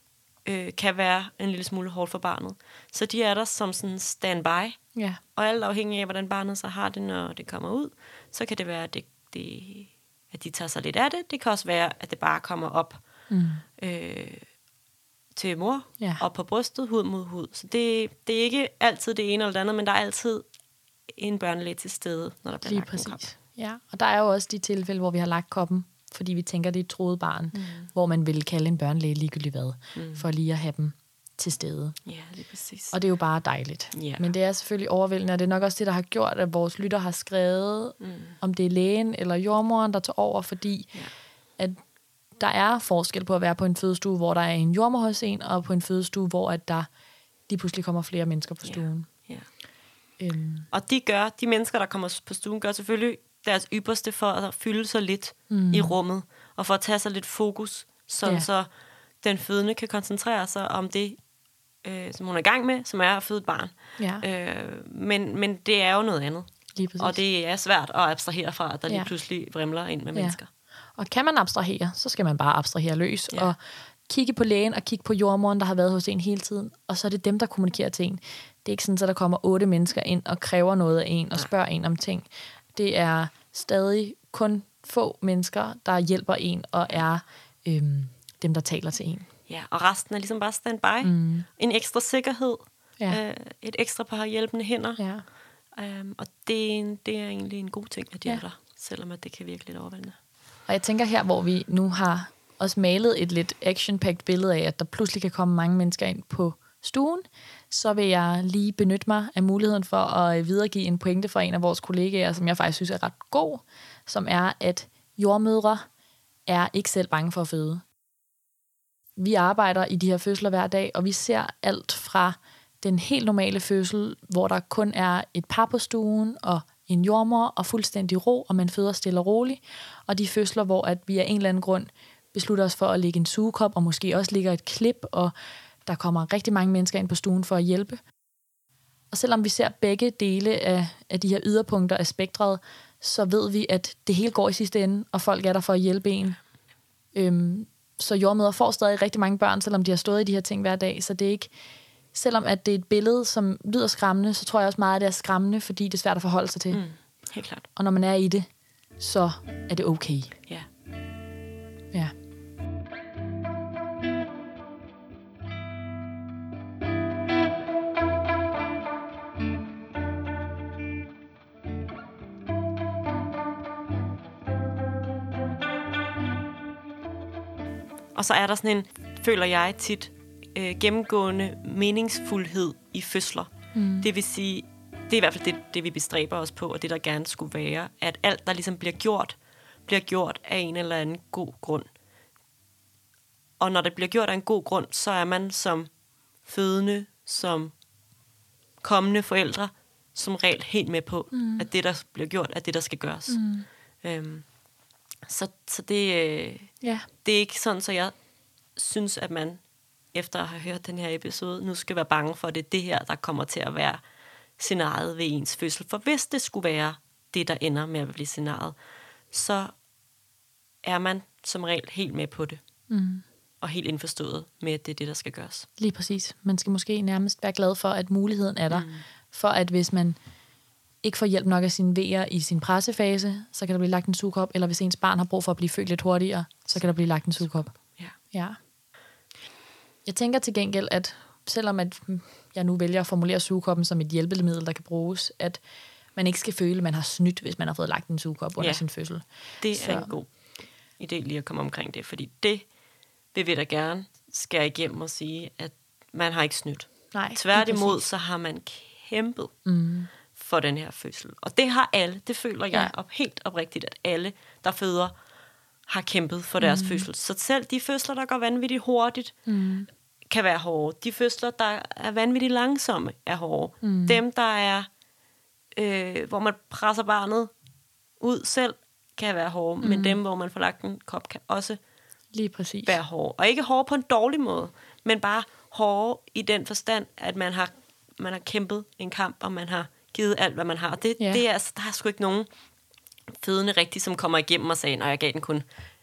øh, kan være en lille smule hårdt for barnet. Så de er der som sådan standby.
Ja.
Og alt afhængig af, hvordan barnet så har det, når det kommer ud, så kan det være, at, det, det, at de tager sig lidt af det. Det kan også være, at det bare kommer op mm. øh, til mor,
ja.
og på brystet, hud mod hud. Så det, det er ikke altid det ene eller det andet, men der er altid en børnelæge til stede, når der bliver
lige
lagt
præcis.
en kop.
Ja, og der er jo også de tilfælde, hvor vi har lagt koppen, fordi vi tænker, det er et troet barn, mm. hvor man vil kalde en børnelæge ligegyldigt hvad, mm. for lige at have dem til stede.
Ja, lige præcis.
Og det er jo bare dejligt.
Yeah.
Men det er selvfølgelig overvældende, og det er nok også det, der har gjort, at vores lytter har skrevet, mm. om det er lægen eller jordmoren, der tager over, fordi yeah. at der er forskel på at være på en fødestue, hvor der er en jordmor hos en, og på en fødestue, hvor at der lige pludselig kommer flere mennesker på stuen.
Yeah. Yeah. Øhm. Og de gør, de mennesker, der kommer på stuen, gør selvfølgelig deres ypperste for at fylde sig lidt mm. i rummet, og for at tage sig lidt fokus, sådan yeah. så den fødende kan koncentrere sig om det, øh, som hun er i gang med, som er at føde et barn. Ja. Øh, men, men det er jo noget andet. Og det er svært at abstrahere fra, at der ja. lige pludselig vrimler ind med ja. mennesker.
Og kan man abstrahere, så skal man bare abstrahere løs,
ja.
og kigge på lægen, og kigge på jordmoren, der har været hos en hele tiden, og så er det dem, der kommunikerer til en. Det er ikke sådan, at der kommer otte mennesker ind og kræver noget af en, og spørger en om ting. Det er stadig kun få mennesker, der hjælper en, og er øhm, dem, der taler til en.
Ja, og resten er ligesom bare standby. Mm. En ekstra sikkerhed. Ja. Øh, et ekstra par hjælpende hænder. Ja. Um, og det er, en, det er egentlig en god ting, at de ja. er der, selvom at det kan virke lidt overvældende.
Og jeg tænker her, hvor vi nu har også malet et lidt action-packed billede af, at der pludselig kan komme mange mennesker ind på stuen, så vil jeg lige benytte mig af muligheden for at videregive en pointe fra en af vores kollegaer, som jeg faktisk synes er ret god, som er, at jordmødre er ikke selv bange for at føde. Vi arbejder i de her fødsler hver dag, og vi ser alt fra den helt normale fødsel, hvor der kun er et par på stuen, og en jordmor, og fuldstændig ro, og man føder stille og roligt, og de fødsler, hvor at vi af en eller anden grund beslutter os for at lægge en sugekop, og måske også lægger et klip, og der kommer rigtig mange mennesker ind på stuen for at hjælpe. Og selvom vi ser begge dele af, af de her yderpunkter af spektret, så ved vi, at det hele går i sidste ende, og folk er der for at hjælpe en. Øhm, så jordmødre får stadig rigtig mange børn, selvom de har stået i de her ting hver dag. Så det er ikke, selvom at det er et billede, som lyder skræmmende, så tror jeg også meget, at det er skræmmende, fordi det er svært at forholde sig til.
Mm, helt klart.
Og når man er i det, så er det okay.
Ja.
Ja.
Og så er der sådan en, føler jeg tit, øh, gennemgående meningsfuldhed i fødsler. Mm. Det vil sige, det er i hvert fald det, det, vi bestræber os på, og det, der gerne skulle være, at alt, der ligesom bliver gjort, bliver gjort af en eller anden god grund. Og når det bliver gjort af en god grund, så er man som fødende, som kommende forældre, som regel helt med på, mm. at det, der bliver gjort, er det, der skal gøres. Mm. Øhm, så, så det, øh, yeah. det er ikke sådan, så jeg synes, at man efter at have hørt den her episode, nu skal være bange for, at det er det her, der kommer til at være scenariet ved ens fødsel. For hvis det skulle være det, der ender med at blive scenariet, så er man som regel helt med på det. Mm. Og helt indforstået med, at det er det, der skal gøres.
Lige præcis. Man skal måske nærmest være glad for, at muligheden er der. Mm. For at hvis man ikke får hjælp nok af sine vejer i sin pressefase, så kan der blive lagt en sugekop. Eller hvis ens barn har brug for at blive født lidt hurtigere, så kan der blive lagt en sugekop.
Ja.
Ja. Jeg tænker til gengæld, at selvom at jeg nu vælger at formulere sugekoppen som et hjælpemiddel, der kan bruges, at man ikke skal føle, at man har snydt, hvis man har fået lagt en sugekop under ja. sin fødsel.
Det så. er en god idé lige at komme omkring det, fordi det vil vi da gerne skære igennem og sige, at man har ikke snydt.
Nej,
tværtimod, så har man kæmpet mm. for den her fødsel. Og det har alle, det føler jeg ja. op, helt oprigtigt, at alle, der føder, har kæmpet for deres mm. fødsel. Så selv de fødsler, der går vanvittigt hurtigt, mm. kan være hårde. De fødsler, der er vanvittigt langsomme, er hårde. Mm. Dem, der er, øh, hvor man presser barnet ud selv, kan være hårde. Mm. Men dem, hvor man får lagt en kop, kan også
lige præcis
være hårde. Og ikke hårde på en dårlig måde, men bare hårde i den forstand, at man har, man har kæmpet en kamp, og man har givet alt, hvad man har. Det, ja. det er, altså, der er sgu ikke nogen fødende rigtigt, som kommer igennem og siger, nej, jeg gav den kun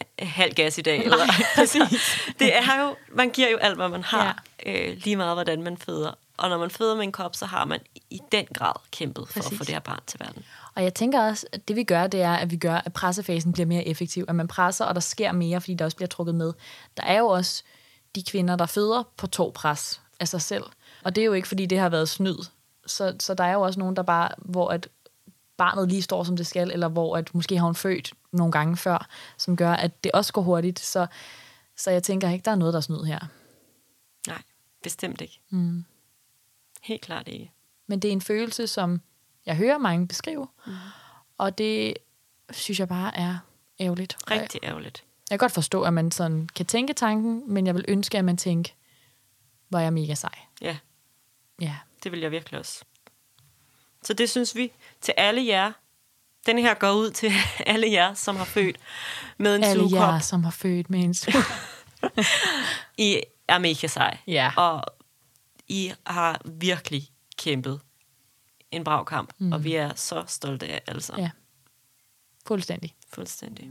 halv gas i dag. Eller, præcis. Det er jo, man giver jo alt, hvad man har, ja. øh, lige meget, hvordan man føder. Og når man føder med en kop, så har man i den grad kæmpet for præcis. At få det her barn til verden.
Og jeg tænker også, at det vi gør, det er, at vi gør, at pressefasen bliver mere effektiv. At man presser, og der sker mere, fordi der også bliver trukket med. Der er jo også de kvinder, der føder på to pres af sig selv. Og det er jo ikke, fordi det har været snyd. Så, så der er jo også nogen, der bare, hvor at barnet lige står, som det skal, eller hvor at måske har hun født nogle gange før, som gør, at det også går hurtigt. Så, så jeg tænker ikke, der er noget, der er snyd her.
Nej, bestemt ikke.
Mm.
Helt klart ikke.
Men det er en følelse, som jeg hører mange beskrive, mm. og det synes jeg bare er ærgerligt.
Rigtig ærgerligt.
Jeg kan godt forstå, at man sådan kan tænke tanken, men jeg vil ønske, at man tænker, hvor er jeg mega sej.
Ja.
Ja.
Det vil jeg virkelig også. Så det synes vi til alle jer. Den her går ud til alle jer, som har født med en
alle
sugekop.
Alle jer, som har født med en sugekop.
I er mega sej.
Ja.
Og I har virkelig kæmpet en brav kamp. Mm. Og vi er så stolte af alle sammen.
Ja. Fuldstændig.
Fuldstændig.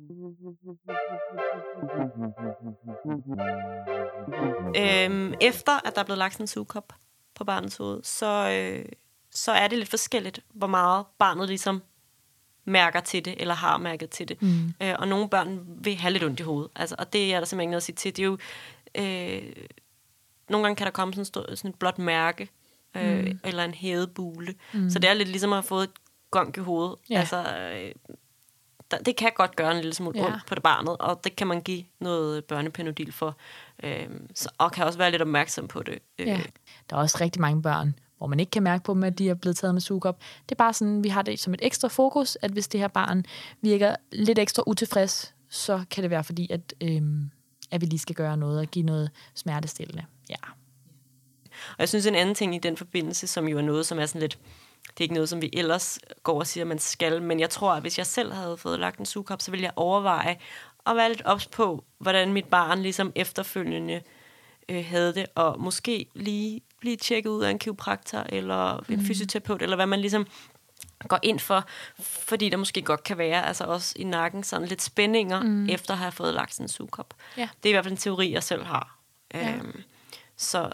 Øhm, efter at der er blevet lagt en sugekop på barnets hoved, så, øh, så er det lidt forskelligt, hvor meget barnet ligesom mærker til det, eller har mærket til det. Mm. Øh, og nogle børn vil have lidt ondt i hovedet. Altså, og det er der simpelthen ikke noget at sige til. Det er jo, øh, nogle gange kan der komme sådan, stå, sådan et blåt mærke, øh, mm. eller en hævet bule. Mm. Så det er lidt ligesom at have fået et gonk i hovedet. Ja. Altså, øh, der, det kan godt gøre en lille smule ja. ondt på det barnet, og det kan man give noget børnepanodil for. Øh, så, og kan også være lidt opmærksom på det. Øh.
Ja. Der er også rigtig mange børn, hvor man ikke kan mærke på dem, at de er blevet taget med sugekop. Det er bare sådan, vi har det som et ekstra fokus, at hvis det her barn virker lidt ekstra utilfreds, så kan det være fordi, at, øhm, at vi lige skal gøre noget og give noget smertestillende. Ja.
Og jeg synes en anden ting i den forbindelse, som jo er noget, som er sådan lidt, det er ikke noget, som vi ellers går og siger, man skal, men jeg tror, at hvis jeg selv havde fået lagt en sugekop, så ville jeg overveje at være lidt ops på, hvordan mit barn ligesom efterfølgende øh, havde det, og måske lige blive tjekket ud af en kiropraktor eller en mm. fysioterapeut, eller hvad man ligesom går ind for, fordi der måske godt kan være, altså også i nakken, sådan lidt spændinger, mm. efter at have fået lagt sådan en sugekop. Ja. Det er i hvert fald en teori, jeg selv har. Ja. Øhm, så,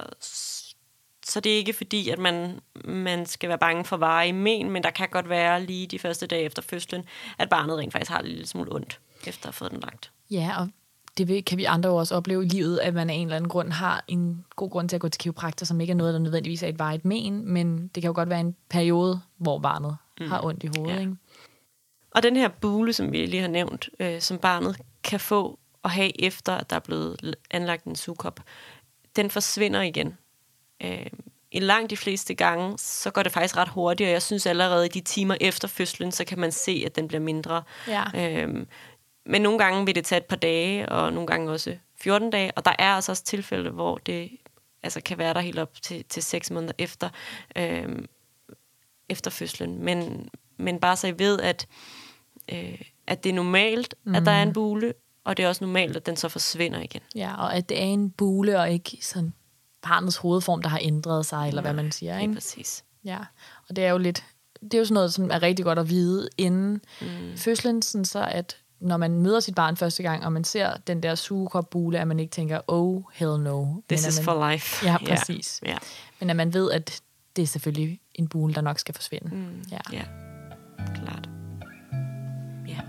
så det er ikke fordi, at man, man skal være bange for varige men, men der kan godt være lige de første dage efter fødslen, at barnet rent faktisk har lidt lille smule ondt, efter at have fået den lagt.
Ja, og det kan vi andre også opleve i livet, at man af en eller anden grund har en god grund til at gå til kiropraktor, som ikke er noget, der nødvendigvis er et varigt men, men det kan jo godt være en periode, hvor barnet mm. har ondt i hovedet. Ja. Ikke?
Og den her bule, som vi lige har nævnt, øh, som barnet kan få og have efter, at der er blevet anlagt en sugekop, den forsvinder igen. Øh, I langt de fleste gange, så går det faktisk ret hurtigt, og jeg synes allerede i de timer efter fødslen, så kan man se, at den bliver mindre.
Ja.
Øh, Men nogle gange vil det tage et par dage, og nogle gange også fjorten dage. Og der er altså også tilfælde, hvor det altså kan være der helt op til, til seks måneder efter, øh, efter fødslen. Men, men bare så I ved, at, øh, at det er normalt, mm. at der er en bule, og det er også normalt, at den så forsvinder igen.
Ja, og at det er en bule, og ikke sådan barnets hovedform, der har ændret sig, eller Nej, hvad man siger. Ikke?
Præcis.
Ja, og det er jo lidt, det er jo sådan noget, som er rigtig godt at vide inden mm. fødslen, sådan så at når man møder sit barn første gang, og man ser den der sugekopbule, at man ikke tænker, oh, hell no.
This
Men
is
man,
for life.
Ja, præcis.
Yeah. Yeah.
Men at man ved, at det er selvfølgelig en bule, der nok skal forsvinde.
Mm.
Ja,
yeah. Klart. Ja.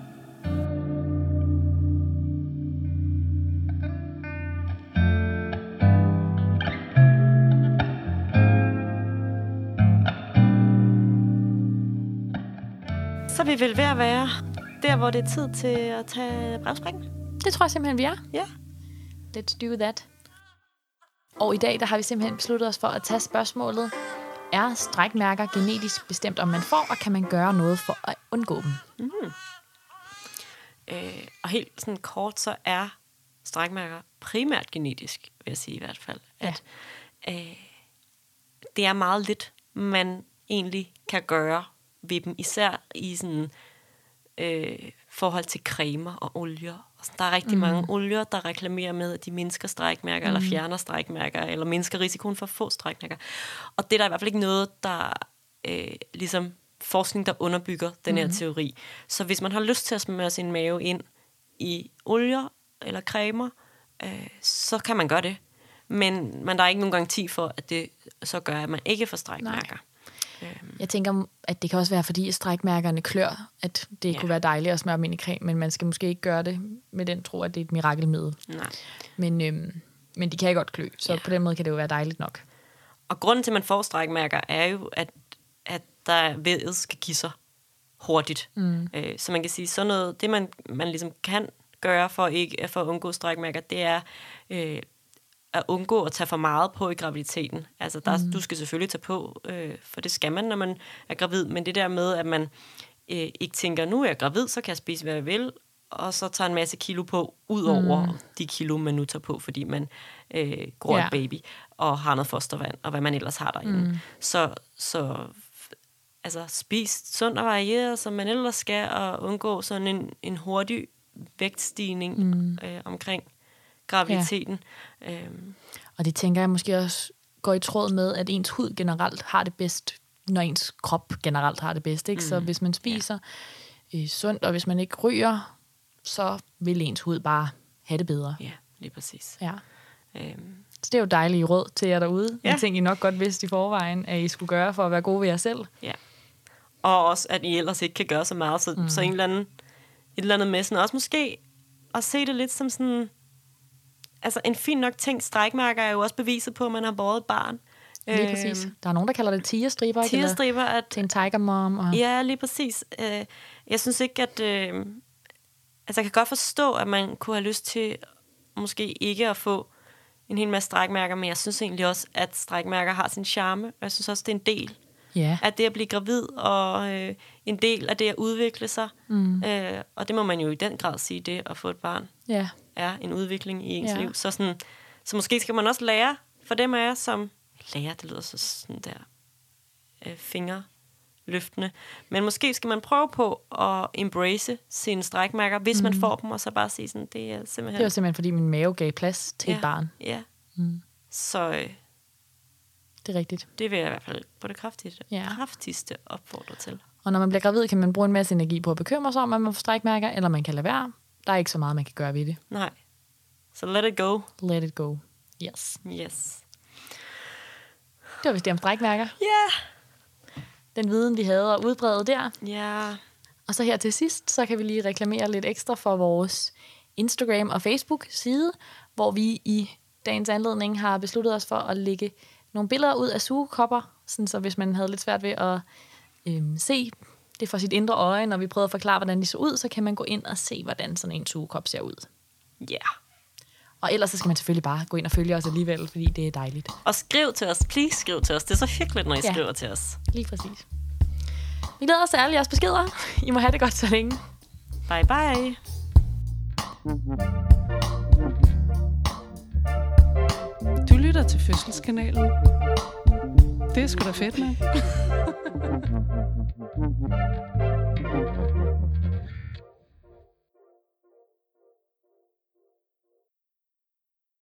Så vi vil ved at være der, hvor det er tid til at tage brevsprækken.
Det tror jeg simpelthen, vi er.
Ja.
Let's do that. Og i dag, der har vi simpelthen besluttet os for at tage spørgsmålet, er strækmærker genetisk bestemt, om man får, og kan man gøre noget for at undgå dem?
Mm. Øh, og helt sådan kort, så er strækmærker primært genetisk, vil jeg sige i hvert fald.
Ja.
At øh, det er meget lidt, man egentlig kan gøre ved dem, især i sådan øh, forhold til cremer og olier. Og der er rigtig mm. mange olier, der reklamerer med, at de mindsker strækmærker, mm. eller fjerner strækmærker, eller mindsker risikoen for at få strækmærker. Og det er der i hvert fald ikke noget, der øh, ligesom forskning, der underbygger den her mm. teori. Så hvis man har lyst til at smøre sin mave ind i olier eller cremer, øh, så kan man gøre det. Men, men der er ikke nogen garanti for, at det så gør, at man ikke får strækmærker. Øhm.
Jeg tænker, at det kan også være, fordi strækmærkerne klør, at det ja. kunne være dejligt at smøre dem ind i creme, men man skal måske ikke gøre det med den tro, at det er et mirakelmiddel.
Nej.
Men, øhm, men de kan godt klø, så ja. på den måde kan det jo være dejligt nok.
Og grunden til, at man får strækmærker, er jo, at, at der vævet skal give sig hurtigt. Mm. Øh, så man kan sige, sådan noget, det man, man ligesom kan gøre for, ikke, for at undgå strækmærker, det er øh, at undgå at tage for meget på i graviditeten. Altså, der, mm. du skal selvfølgelig tage på, øh, for det skal man, når man er gravid, men det der med, at man øh, ikke tænker, nu er jeg gravid, så kan jeg spise, hvad jeg vil, og så tager en masse kilo på, ud over mm. de kilo, man nu tager på, fordi man øh, gror ja. et baby, og har noget fostervand, og hvad man ellers har derinde. Mm. Så, så altså, spis sundt og varieret, som man ellers skal, og undgå sådan en, en hurtig vægtstigning mm. øh, omkring graviditeten. Ja. Øhm.
Og det tænker jeg måske også går i tråd med, at ens hud generelt har det bedst, når ens krop generelt har det bedst. Ikke? Mm. Så hvis man spiser ja. øh, sundt, og hvis man ikke ryger, så vil ens hud bare have det bedre.
Ja, lige præcis.
Ja.
Øhm.
Så det er jo dejligt råd til jer derude. Ja. Jeg tænker, I nok godt vidste i forvejen, at I skulle gøre for at være gode ved jer selv.
Ja. Og også, at I ellers ikke kan gøre så meget. Så, mm. så en eller anden, et eller andet med sådan, også måske at se det lidt som sådan, altså en fin nok ting. Strækmærker er jo også beviset på, at man har båret et barn.
Lige øhm, præcis. Der er nogen, der kalder det tigerstriber.
Tigerstriber. At,
til en tiger mom. Og...
Ja, lige præcis. Øh, jeg synes ikke, at... Øh, altså, jeg kan godt forstå, at man kunne have lyst til måske ikke at få en hel masse strækmærker, men jeg synes egentlig også, at strækmærker har sin charme. Og jeg synes også, det er en del
yeah.
af det at blive gravid, og øh, en del af det at udvikle sig. Mm. Øh, og det må man jo i den grad sige, det at få et barn
yeah.
er en udvikling i ens
yeah.
liv. Så, sådan, så måske skal man også lære, for dem af jer, som lærer, det lyder så sådan der øh, fingerløftende, men måske skal man prøve på at embrace sine strækmærker, hvis mm. man får dem, og så bare sige sådan, det er simpelthen...
Det var simpelthen, fordi min mave gav plads til
ja,
et barn.
Ja,
mm.
så... Øh,
det er rigtigt.
Det vil jeg i hvert fald på det kraftigste,
ja.
kraftigste opfordre til.
Og når man bliver gravid, kan man bruge en masse energi på at bekymre sig om, at man får strækmærker, eller man kan lade være. Der er ikke så meget, man kan gøre ved det.
Nej. Så let it go.
Let it go. Yes.
Yes.
Det var vist det om strækmærker.
Ja. Yeah.
Den viden, vi havde at udbrede der.
Ja. Yeah.
Og så her til sidst, så kan vi lige reklamere lidt ekstra for vores Instagram- og Facebook-side, hvor vi i dagens anledning har besluttet os for at lægge nogle billeder ud af sugekopper, sådan så hvis man havde lidt svært ved at øhm, se det for sit indre øje, når vi prøvede at forklare, hvordan de så ud, så kan man gå ind og se, hvordan sådan en sugekop ser ud.
Ja. Yeah.
Og ellers så skal man selvfølgelig bare gå ind og følge os alligevel, fordi det er dejligt.
Og skriv til os. Please skriv til os. Det er så hyggeligt, når I ja. skriver til os.
Lige præcis. Vi glæder os til alle jeres beskeder. I må have det godt så længe.
Bye bye.
Du lytter til Fødselskanalen. Det er sgu da fedt, mand.